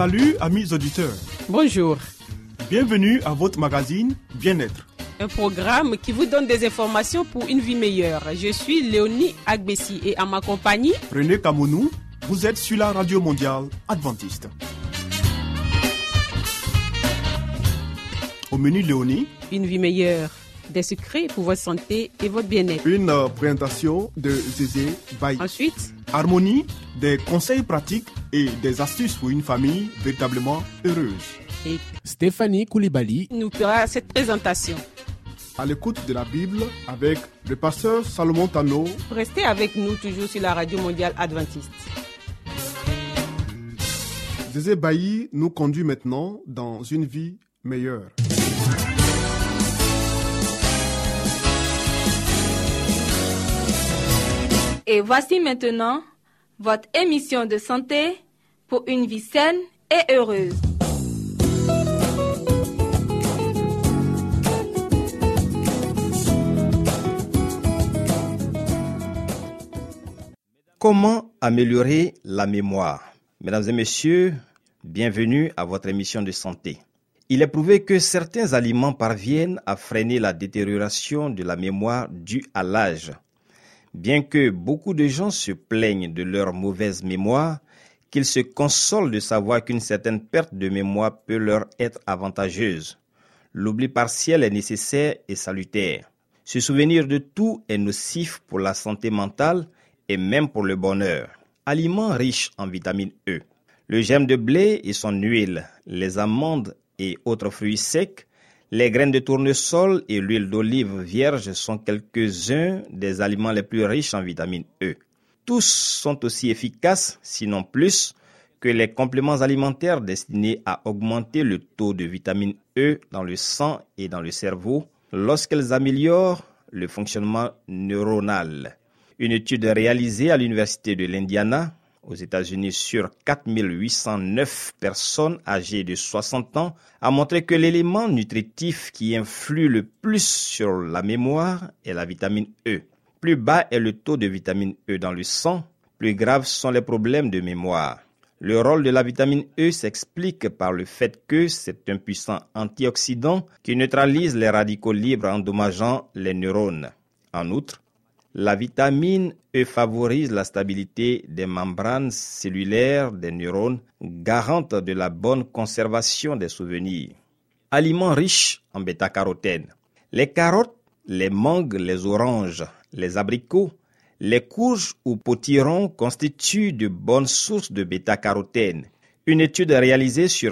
Salut amis auditeurs. Bonjour. Bienvenue à votre magazine Bien-être. Un programme qui vous donne des informations pour une vie meilleure. Je suis Léonie Agbessi et à ma compagnie, René Kamounou, vous êtes sur la radio mondiale adventiste. Au menu Léonie, une vie meilleure, des secrets pour votre santé et votre bien-être. Une présentation de Zézé Baye. Ensuite, Harmonie, des conseils pratiques et des astuces pour une famille véritablement heureuse. Et Stéphanie Koulibaly nous fera cette présentation. À l'écoute de la Bible avec le pasteur Salomon Tano. Restez avec nous toujours sur la radio mondiale adventiste. Zézé Baye nous conduit maintenant dans une vie meilleure. Et voici maintenant votre émission de santé pour une vie saine et heureuse. Comment améliorer la mémoire? Mesdames et messieurs, bienvenue à votre émission de santé. Il est prouvé que certains aliments parviennent à freiner la détérioration de la mémoire due à l'âge. Bien que beaucoup de gens se plaignent de leur mauvaise mémoire, qu'ils se consolent de savoir qu'une certaine perte de mémoire peut leur être avantageuse. L'oubli partiel est nécessaire et salutaire. Se souvenir de tout est nocif pour la santé mentale et même pour le bonheur. Aliments riches en vitamine E. Le germe de blé et son huile, les amandes et autres fruits secs, les graines de tournesol et l'huile d'olive vierge sont quelques-uns des aliments les plus riches en vitamine E. Tous sont aussi efficaces, sinon plus, que les compléments alimentaires destinés à augmenter le taux de vitamine E dans le sang et dans le cerveau lorsqu'elles améliorent le fonctionnement neuronal. Une étude réalisée à l'Université de l'Indiana, aux États-Unis, sur 4809 personnes âgées de 60 ans, a montré que l'élément nutritif qui influe le plus sur la mémoire est la vitamine E. Plus bas est le taux de vitamine E dans le sang, plus graves sont les problèmes de mémoire. Le rôle de la vitamine E s'explique par le fait que c'est un puissant antioxydant qui neutralise les radicaux libres endommageant les neurones. En outre, la vitamine E favorise la stabilité des membranes cellulaires des neurones, garante de la bonne conservation des souvenirs. Aliments riches en bêta-carotène. Les carottes, les mangues, les oranges, les abricots, les courges ou potirons constituent de bonnes sources de bêta-carotène. Une étude réalisée sur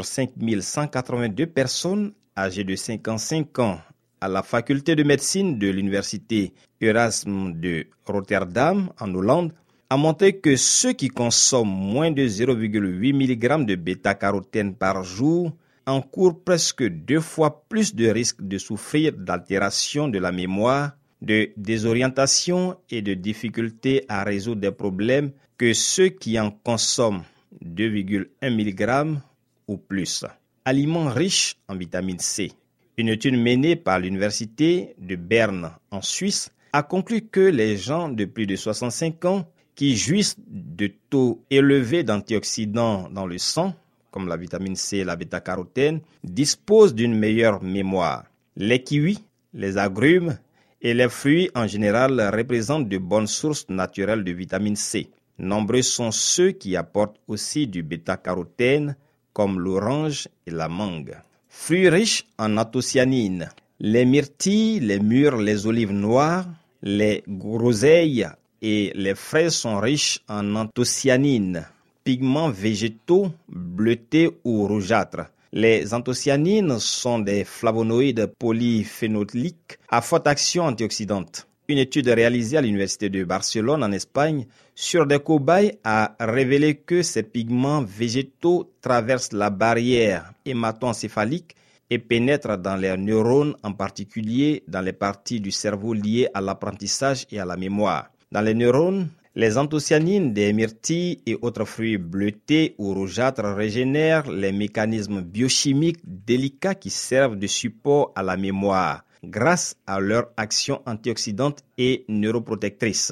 5182 personnes âgées de 55 ans à la faculté de médecine de l'université Erasmus de Rotterdam en Hollande a montré que ceux qui consomment moins de 0,8 mg de bêta-carotène par jour encourent presque 2 fois plus de risques de souffrir d'altération de la mémoire, de désorientation et de difficultés à résoudre des problèmes que ceux qui en consomment 2,1 mg ou plus. Aliments riches en vitamine C. Une étude menée par l'université de Berne en Suisse a conclu que les gens de plus de 65 ans qui jouissent de taux élevés d'antioxydants dans le sang, comme la vitamine C et la bêta-carotène, disposent d'une meilleure mémoire. Les kiwis, les agrumes et les fruits en général représentent de bonnes sources naturelles de vitamine C. Nombreux sont ceux qui apportent aussi du bêta-carotène, comme l'orange et la mangue. Fruits riches en anthocyanine. Les myrtilles, les mûres, les olives noires, les groseilles et les fraises sont riches en anthocyanine, pigments végétaux bleutés ou rougeâtres. Les anthocyanines sont des flavonoïdes polyphénoliques à forte action antioxydante. Une étude réalisée à l'Université de Barcelone en Espagne sur des cobayes a révélé que ces pigments végétaux traversent la barrière hémato-encéphalique et pénètrent dans les neurones, en particulier dans les parties du cerveau liées à l'apprentissage et à la mémoire. Dans les neurones, les anthocyanines des myrtilles et autres fruits bleutés ou rougeâtres régénèrent les mécanismes biochimiques délicats qui servent de support à la mémoire, grâce à leur action antioxydante et neuroprotectrice.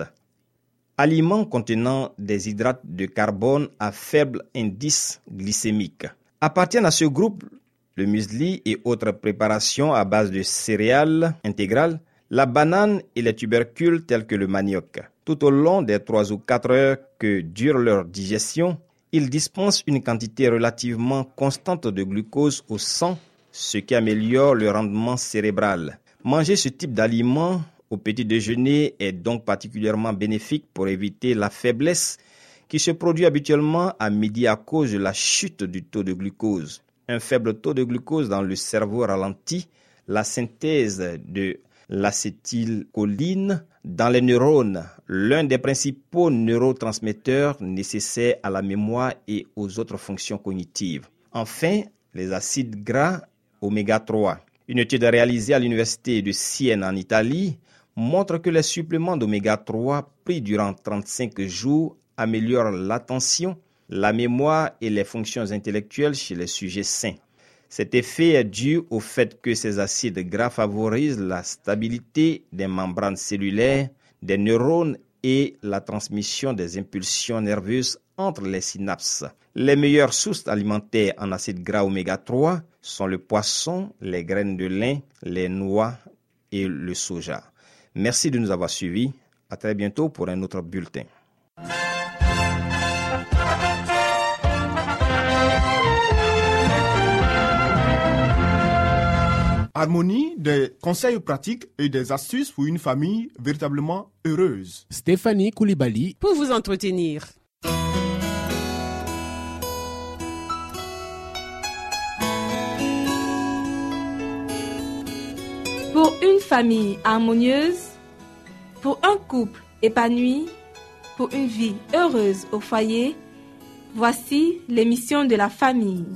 Aliments contenant des hydrates de carbone à faible indice glycémique. Appartiennent à ce groupe le muesli et autres préparations à base de céréales intégrales, la banane et les tubercules tels que le manioc. Tout au long des 3 ou 4 heures que dure leur digestion, ils dispensent une quantité relativement constante de glucose au sang, ce qui améliore le rendement cérébral. Manger ce type d'aliments au petit déjeuner est donc particulièrement bénéfique pour éviter la faiblesse qui se produit habituellement à midi à cause de la chute du taux de glucose. Un faible taux de glucose dans le cerveau ralentit la synthèse de l'acétylcholine dans les neurones, l'un des principaux neurotransmetteurs nécessaires à la mémoire et aux autres fonctions cognitives. Enfin, les acides gras oméga 3. Une étude réalisée à l'université de Sienne en Italie montre que les suppléments d'oméga 3 pris durant 35 jours améliorent l'attention, la mémoire et les fonctions intellectuelles chez les sujets sains. Cet effet est dû au fait que ces acides gras favorisent la stabilité des membranes cellulaires, des neurones et la transmission des impulsions nerveuses entre les synapses. Les meilleures sources alimentaires en acides gras oméga 3 sont le poisson, les graines de lin, les noix et le soja. Merci de nous avoir suivis. À très bientôt pour un autre bulletin. Harmonie, des conseils pratiques et des astuces pour une famille véritablement heureuse. Stéphanie Koulibaly pour vous entretenir. Pour une famille harmonieuse, pour un couple épanoui, pour une vie heureuse au foyer, voici l'émission de la famille.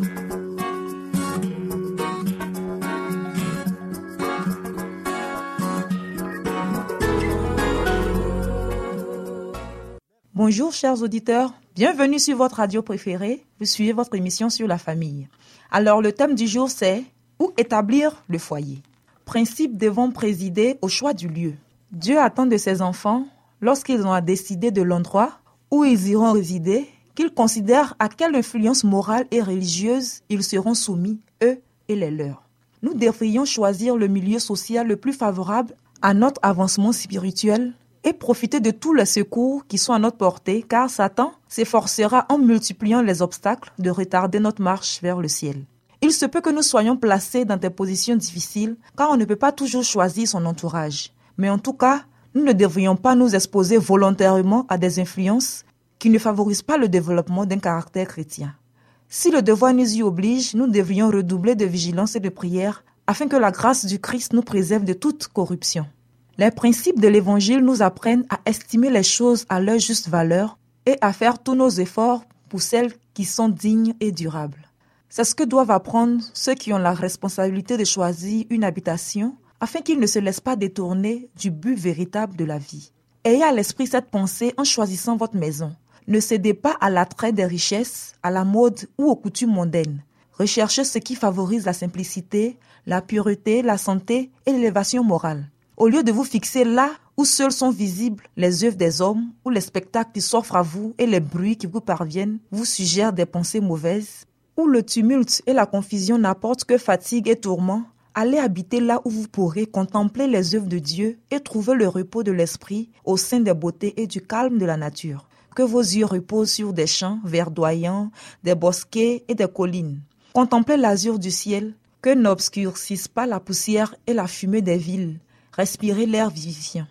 Bonjour chers auditeurs, bienvenue sur votre radio préférée, vous suivez votre émission sur la famille. Alors le thème du jour c'est « Où établir le foyer ?» Principes devront présider au choix du lieu. Dieu attend de ses enfants, lorsqu'ils ont à décider de l'endroit où ils iront résider, qu'ils considèrent à quelle influence morale et religieuse ils seront soumis, eux et les leurs. Nous devrions choisir le milieu social le plus favorable à notre avancement spirituel et profiter de tous les secours qui sont à notre portée, car Satan s'efforcera en multipliant les obstacles de retarder notre marche vers le ciel. Il se peut que nous soyons placés dans des positions difficiles, car on ne peut pas toujours choisir son entourage. Mais en tout cas, nous ne devrions pas nous exposer volontairement à des influences qui ne favorisent pas le développement d'un caractère chrétien. Si le devoir nous y oblige, nous devrions redoubler de vigilance et de prière afin que la grâce du Christ nous préserve de toute corruption. Les principes de l'Évangile nous apprennent à estimer les choses à leur juste valeur et à faire tous nos efforts pour celles qui sont dignes et durables. C'est ce que doivent apprendre ceux qui ont la responsabilité de choisir une habitation afin qu'ils ne se laissent pas détourner du but véritable de la vie. Ayez à l'esprit cette pensée en choisissant votre maison. Ne cédez pas à l'attrait des richesses, à la mode ou aux coutumes mondaines. Recherchez ce qui favorise la simplicité, la pureté, la santé et l'élévation morale. Au lieu de vous fixer là où seuls sont visibles les œuvres des hommes, où les spectacles qui s'offrent à vous et les bruits qui vous parviennent vous suggèrent des pensées mauvaises, où le tumulte et la confusion n'apportent que fatigue et tourment, allez habiter là où vous pourrez contempler les œuvres de Dieu et trouver le repos de l'esprit au sein des beautés et du calme de la nature. Que vos yeux reposent sur des champs verdoyants, des bosquets et des collines. Contemplez l'azur du ciel, que n'obscurcissent pas la poussière et la fumée des villes. Respirez l'air vivifiant.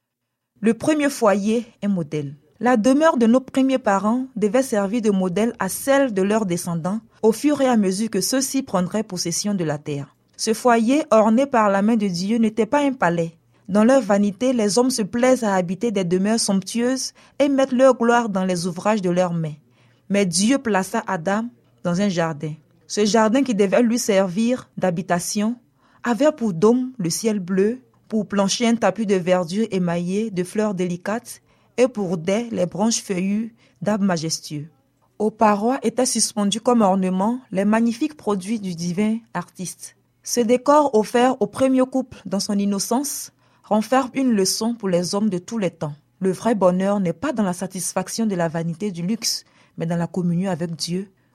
Le premier foyer est modèle. La demeure de nos premiers parents devait servir de modèle à celle de leurs descendants au fur et à mesure que ceux-ci prendraient possession de la terre. Ce foyer, orné par la main de Dieu, n'était pas un palais. Dans leur vanité, les hommes se plaisent à habiter des demeures somptueuses et mettent leur gloire dans les ouvrages de leurs mains. Mais Dieu plaça Adam dans un jardin. Ce jardin qui devait lui servir d'habitation avait pour dôme le ciel bleu, pour plancher un tapis de verdure émaillé de fleurs délicates et pour dais les branches feuillues d'arbres majestueux. Aux parois étaient suspendus comme ornements les magnifiques produits du divin artiste. Ce décor offert au premier couple dans son innocence renferme une leçon pour les hommes de tous les temps. Le vrai bonheur n'est pas dans la satisfaction de la vanité du luxe, mais dans la communion avec Dieu,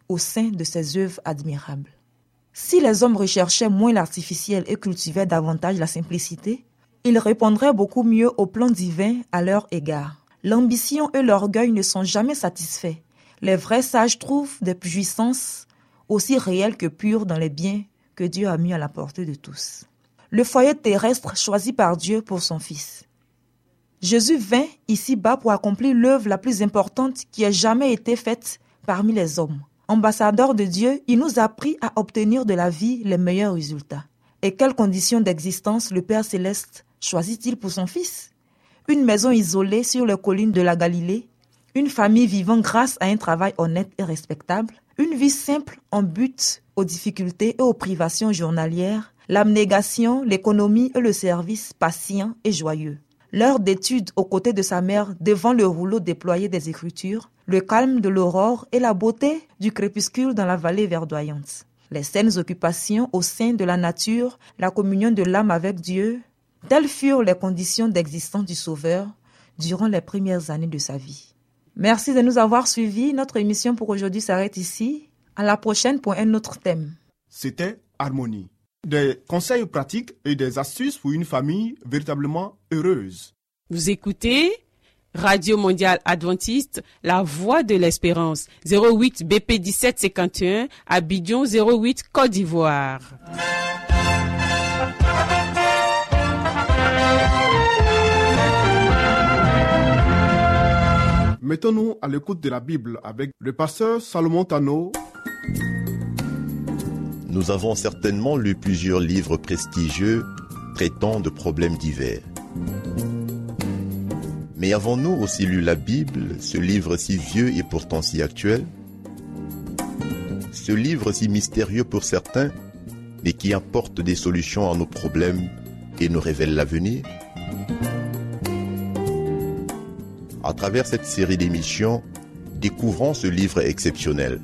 au sein de ses œuvres admirables. Si les hommes recherchaient moins l'artificiel et cultivaient davantage la simplicité, ils répondraient beaucoup mieux au plan divin à leur égard. L'ambition et l'orgueil ne sont jamais satisfaits. Les vrais sages trouvent des jouissances aussi réelles que pures dans les biens que Dieu a mis à la portée de tous. Le foyer terrestre choisi par Dieu pour son Fils. Jésus vint ici-bas pour accomplir l'œuvre la plus importante qui ait jamais été faite parmi les hommes. Ambassadeur de Dieu, il nous a appris à obtenir de la vie les meilleurs résultats. Et quelles conditions d'existence le Père Céleste choisit-il pour son Fils? Une maison isolée sur les collines de la Galilée, une famille vivant grâce à un travail honnête et respectable, une vie simple en but aux difficultés et aux privations journalières, l'abnégation, l'économie et le service patient et joyeux. L'heure d'étude aux côtés de sa mère devant le rouleau déployé des Écritures, le calme de l'aurore et la beauté du crépuscule dans la vallée verdoyante. Les saines occupations au sein de la nature, la communion de l'âme avec Dieu, telles furent les conditions d'existence du Sauveur durant les premières années de sa vie. Merci de nous avoir suivis. Notre émission pour aujourd'hui s'arrête ici. À la prochaine pour un autre thème. C'était Harmonie. Des conseils pratiques et des astuces pour une famille véritablement heureuse. Vous écoutez Radio Mondiale Adventiste, la voix de l'espérance, 08 BP 1751, Abidjan 08, Côte d'Ivoire. Mettons-nous à l'écoute de la Bible avec le pasteur Salomon Tano. Nous avons certainement lu plusieurs livres prestigieux traitant de problèmes divers. Mais avons-nous aussi lu la Bible, ce livre si vieux et pourtant si actuel? Ce livre si mystérieux pour certains, mais qui apporte des solutions à nos problèmes et nous révèle l'avenir? À travers cette série d'émissions, découvrons ce livre exceptionnel.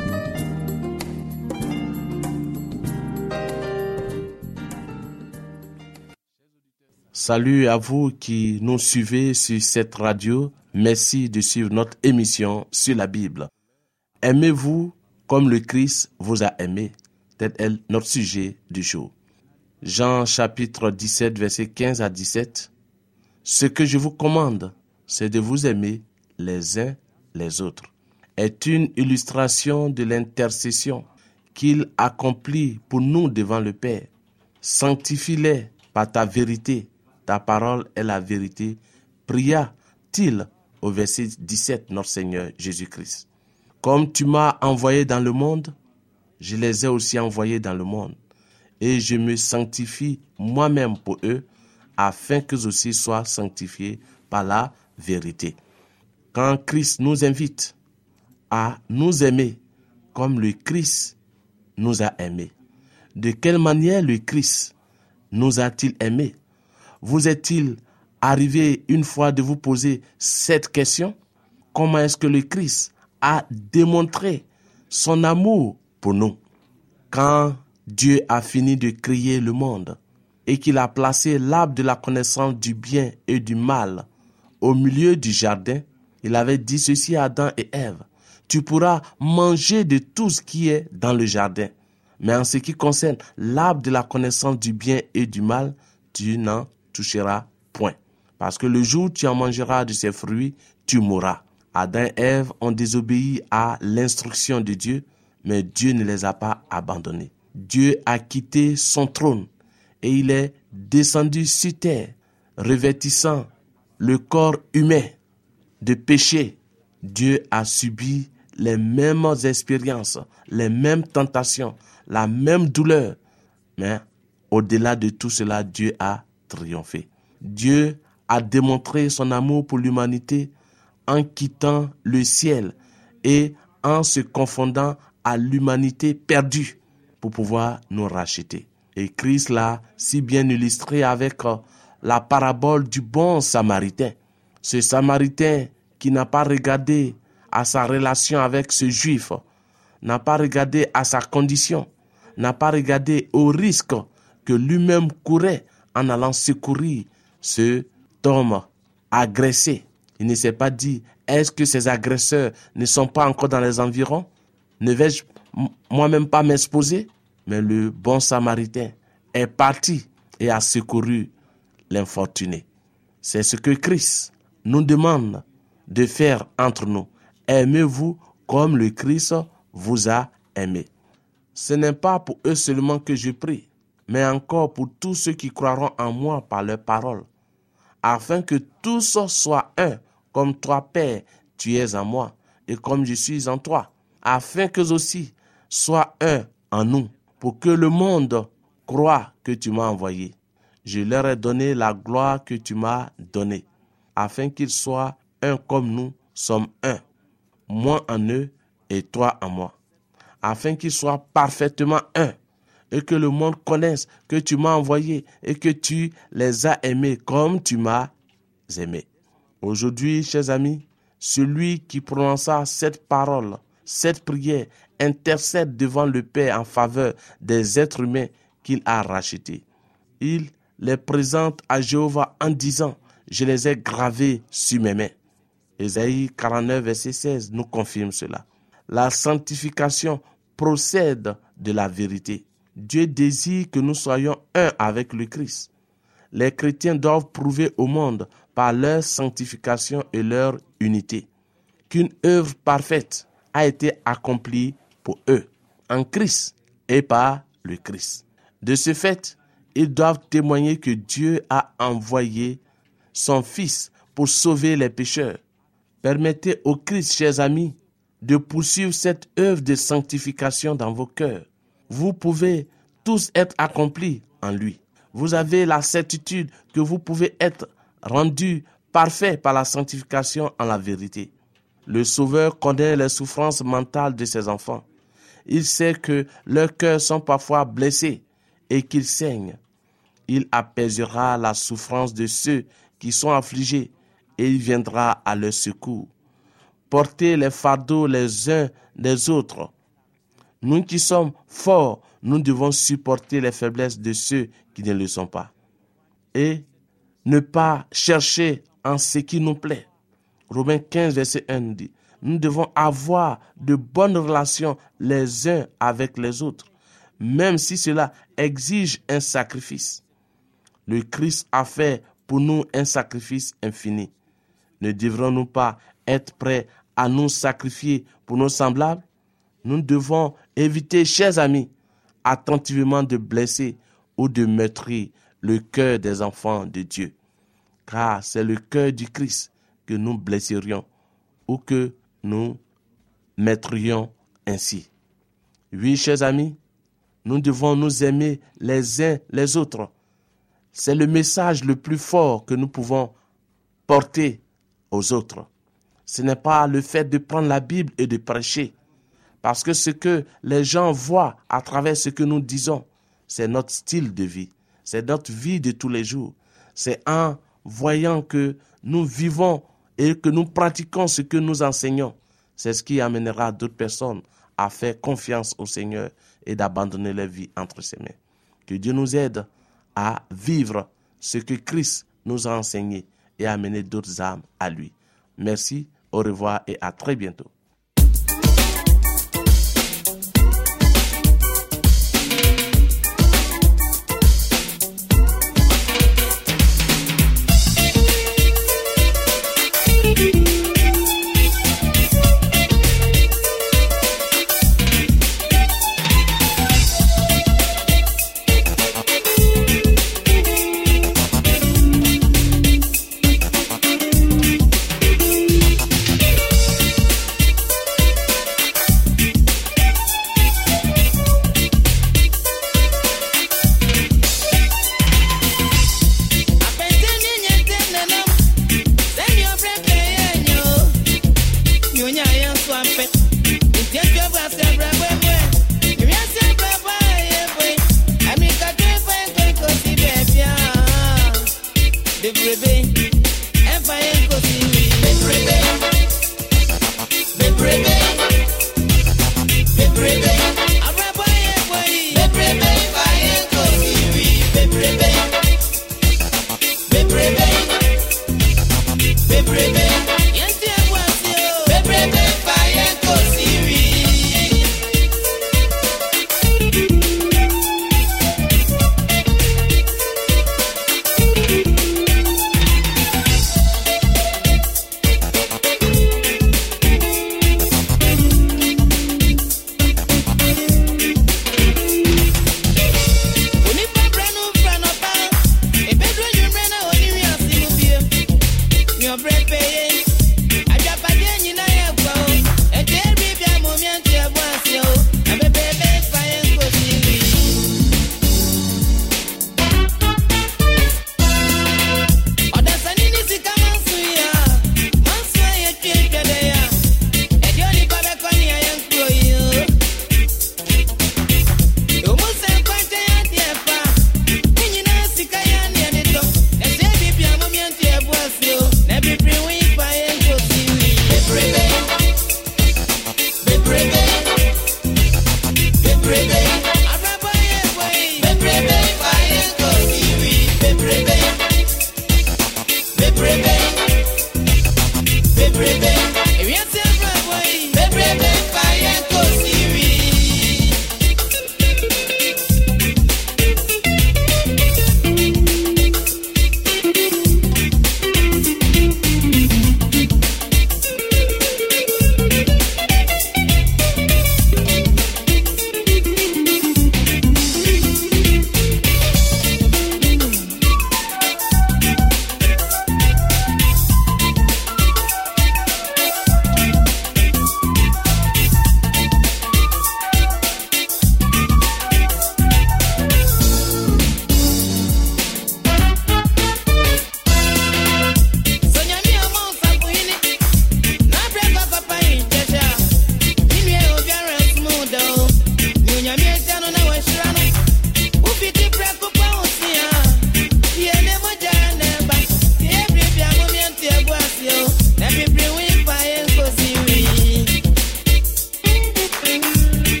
Salut à vous qui nous suivez sur cette radio. Merci de suivre notre émission sur la Bible. Aimez-vous comme le Christ vous a aimé. Tel est notre sujet du jour. Jean chapitre 17, versets 15 à 17. Ce que je vous commande, c'est de vous aimer les uns les autres. Est une illustration de l'intercession qu'il accomplit pour nous devant le Père. Sanctifie-les par ta vérité. Ta parole est la vérité, pria-t-il au verset 17, notre Seigneur Jésus-Christ. Comme tu m'as envoyé dans le monde, je les ai aussi envoyés dans le monde. Et je me sanctifie moi-même pour eux, afin qu'eux aussi soient sanctifiés par la vérité. Quand Christ nous invite à nous aimer comme le Christ nous a aimés, de quelle manière le Christ nous a-t-il aimés? Vous est-il arrivé une fois de vous poser cette question? Comment est-ce que le Christ a démontré son amour pour nous? Quand Dieu a fini de créer le monde et qu'il a placé l'arbre de la connaissance du bien et du mal au milieu du jardin, il avait dit ceci à Adam et Ève: tu pourras manger de tout ce qui est dans le jardin, mais en ce qui concerne l'arbre de la connaissance du bien et du mal, tu n'en toucheras point. Parce que le jour où tu en mangeras de ses fruits, tu mourras. Adam et Ève ont désobéi à l'instruction de Dieu, mais Dieu ne les a pas abandonnés. Dieu a quitté son trône et il est descendu sur terre, revêtissant le corps humain de péché. Dieu a subi les mêmes expériences, les mêmes tentations, la même douleur. Mais au-delà de tout cela, Dieu a triomphé. Dieu a démontré son amour pour l'humanité en quittant le ciel et en se confondant à l'humanité perdue pour pouvoir nous racheter. Et Christ l'a si bien illustré avec la parabole du bon Samaritain. Ce Samaritain qui n'a pas regardé à sa relation avec ce Juif, n'a pas regardé à sa condition, n'a pas regardé au risque que lui-même courait en allant secourir cet homme agressé. Il ne s'est pas dit, est-ce que ces agresseurs ne sont pas encore dans les environs? Ne vais-je moi-même pas m'exposer? Mais le bon samaritain est parti et a secouru l'infortuné. C'est ce que Christ nous demande de faire entre nous. Aimez-vous comme le Christ vous a aimé. Ce n'est pas pour eux seulement que je prie, mais encore pour tous ceux qui croiront en moi par leurs paroles, afin que tous soient un, comme toi, Père, tu es en moi, et comme je suis en toi, afin qu'eux aussi soient un en nous, pour que le monde croie que tu m'as envoyé. Je leur ai donné la gloire que tu m'as donnée, afin qu'ils soient un comme nous sommes un, moi en eux et toi en moi, afin qu'ils soient parfaitement un, et que le monde connaisse que tu m'as envoyé et que tu les as aimés comme tu m'as aimé. Aujourd'hui, chers amis, celui qui prononça cette parole, cette prière, intercède devant le Père en faveur des êtres humains qu'il a rachetés. Il les présente à Jéhovah en disant, je les ai gravés sur mes mains. Ésaïe 49, verset 16 nous confirme cela. La sanctification procède de la vérité. Dieu désire que nous soyons un avec le Christ. Les chrétiens doivent prouver au monde par leur sanctification et leur unité qu'une œuvre parfaite a été accomplie pour eux, en Christ et par le Christ. De ce fait, ils doivent témoigner que Dieu a envoyé son Fils pour sauver les pécheurs. Permettez au Christ, chers amis, de poursuivre cette œuvre de sanctification dans vos cœurs. Vous pouvez tous être accomplis en lui. Vous avez la certitude que vous pouvez être rendus parfaits par la sanctification en la vérité. Le Sauveur connaît les souffrances mentales de ses enfants. Il sait que leurs cœurs sont parfois blessés et qu'ils saignent. Il apaisera la souffrance de ceux qui sont affligés et il viendra à leur secours. Portez les fardeaux les uns des autres. Nous qui sommes forts, nous devons supporter les faiblesses de ceux qui ne le sont pas. Et ne pas chercher en ce qui nous plaît. Romains 15, verset 1 nous dit, nous devons avoir de bonnes relations les uns avec les autres, même si cela exige un sacrifice. Le Christ a fait pour nous un sacrifice infini. Ne devrons-nous pas être prêts à nous sacrifier pour nos semblables? Nous devons éviter, chers amis, attentivement de blesser ou de meurtrir le cœur des enfants de Dieu. Car c'est le cœur du Christ que nous blesserions ou que nous mettrions ainsi. Oui, chers amis, nous devons nous aimer les uns les autres. C'est le message le plus fort que nous pouvons porter aux autres. Ce n'est pas le fait de prendre la Bible et de prêcher. Parce que ce que les gens voient à travers ce que nous disons, c'est notre style de vie. C'est notre vie de tous les jours. C'est en voyant que nous vivons et que nous pratiquons ce que nous enseignons. C'est ce qui amènera d'autres personnes à faire confiance au Seigneur et d'abandonner leur vie entre ses mains. Que Dieu nous aide à vivre ce que Christ nous a enseigné et à amener d'autres âmes à lui. Merci, au revoir et à très bientôt.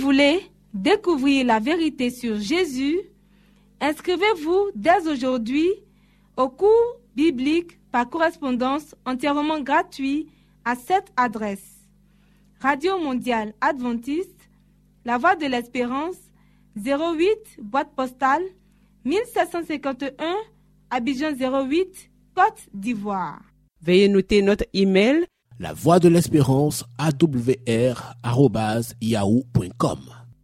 voulez découvrir la vérité sur Jésus, inscrivez-vous dès aujourd'hui au cours biblique par correspondance entièrement gratuit à cette adresse. Radio Mondiale Adventiste, La Voix de l'Espérance, 08, boîte postale, 1751, Abidjan 08, Côte d'Ivoire. Veuillez noter notre email La Voix de l'Espérance awr@yahoo.com.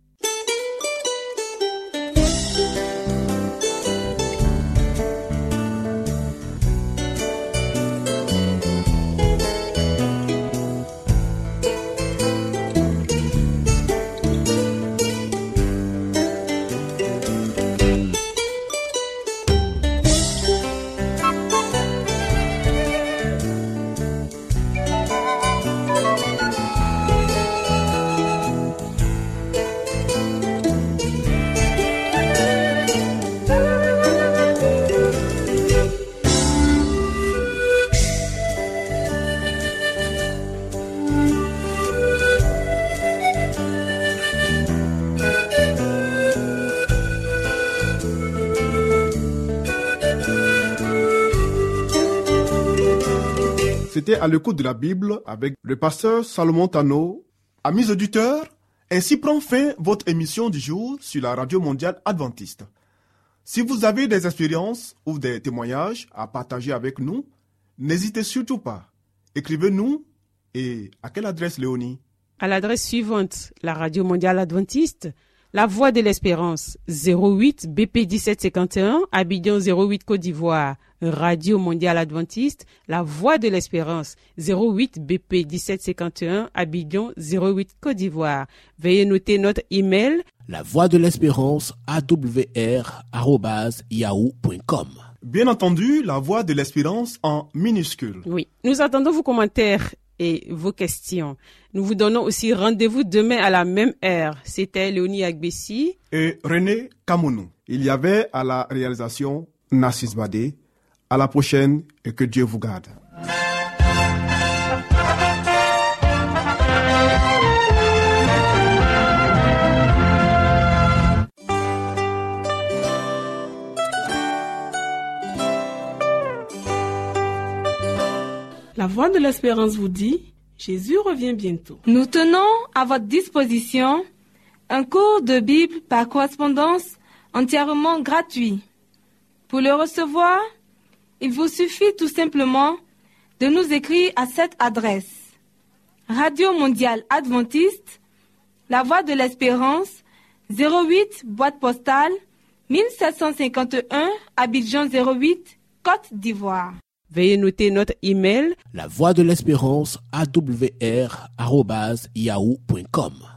C'était à l'écoute de la Bible avec le pasteur Salomon Tano. Amis auditeurs, ainsi prend fin votre émission du jour sur la Radio Mondiale Adventiste. Si vous avez des expériences ou des témoignages à partager avec nous, n'hésitez surtout pas. Écrivez-nous et à quelle adresse, Léonie? À l'adresse suivante, la Radio Mondiale Adventiste, La Voix de l'Espérance, 08 BP 1751, Abidjan 08 Côte d'Ivoire. Radio Mondiale Adventiste, La Voix de l'Espérance, 08 BP 1751, Abidjan 08 Côte d'Ivoire. Veuillez noter notre email La Voix de l'Espérance awr@yahoo.com. Bien entendu, La Voix de l'Espérance en minuscule. Oui, nous attendons vos commentaires et vos questions. Nous vous donnons aussi rendez-vous demain à la même heure. C'était Léonie Agbessi et René Kamounou. Il y avait à la réalisation Nassis Badé. À la prochaine et que Dieu vous garde. La Voix de l'Espérance vous dit, Jésus revient bientôt. Nous tenons à votre disposition un cours de Bible par correspondance entièrement gratuit. Pour le recevoir, il vous suffit tout simplement de nous écrire à cette adresse. Radio Mondiale Adventiste, La Voix de l'Espérance, 08, boîte postale, 1751, Abidjan 08, Côte d'Ivoire. Veuillez noter notre email La Voix de l'Espérance awr@yahoo.com.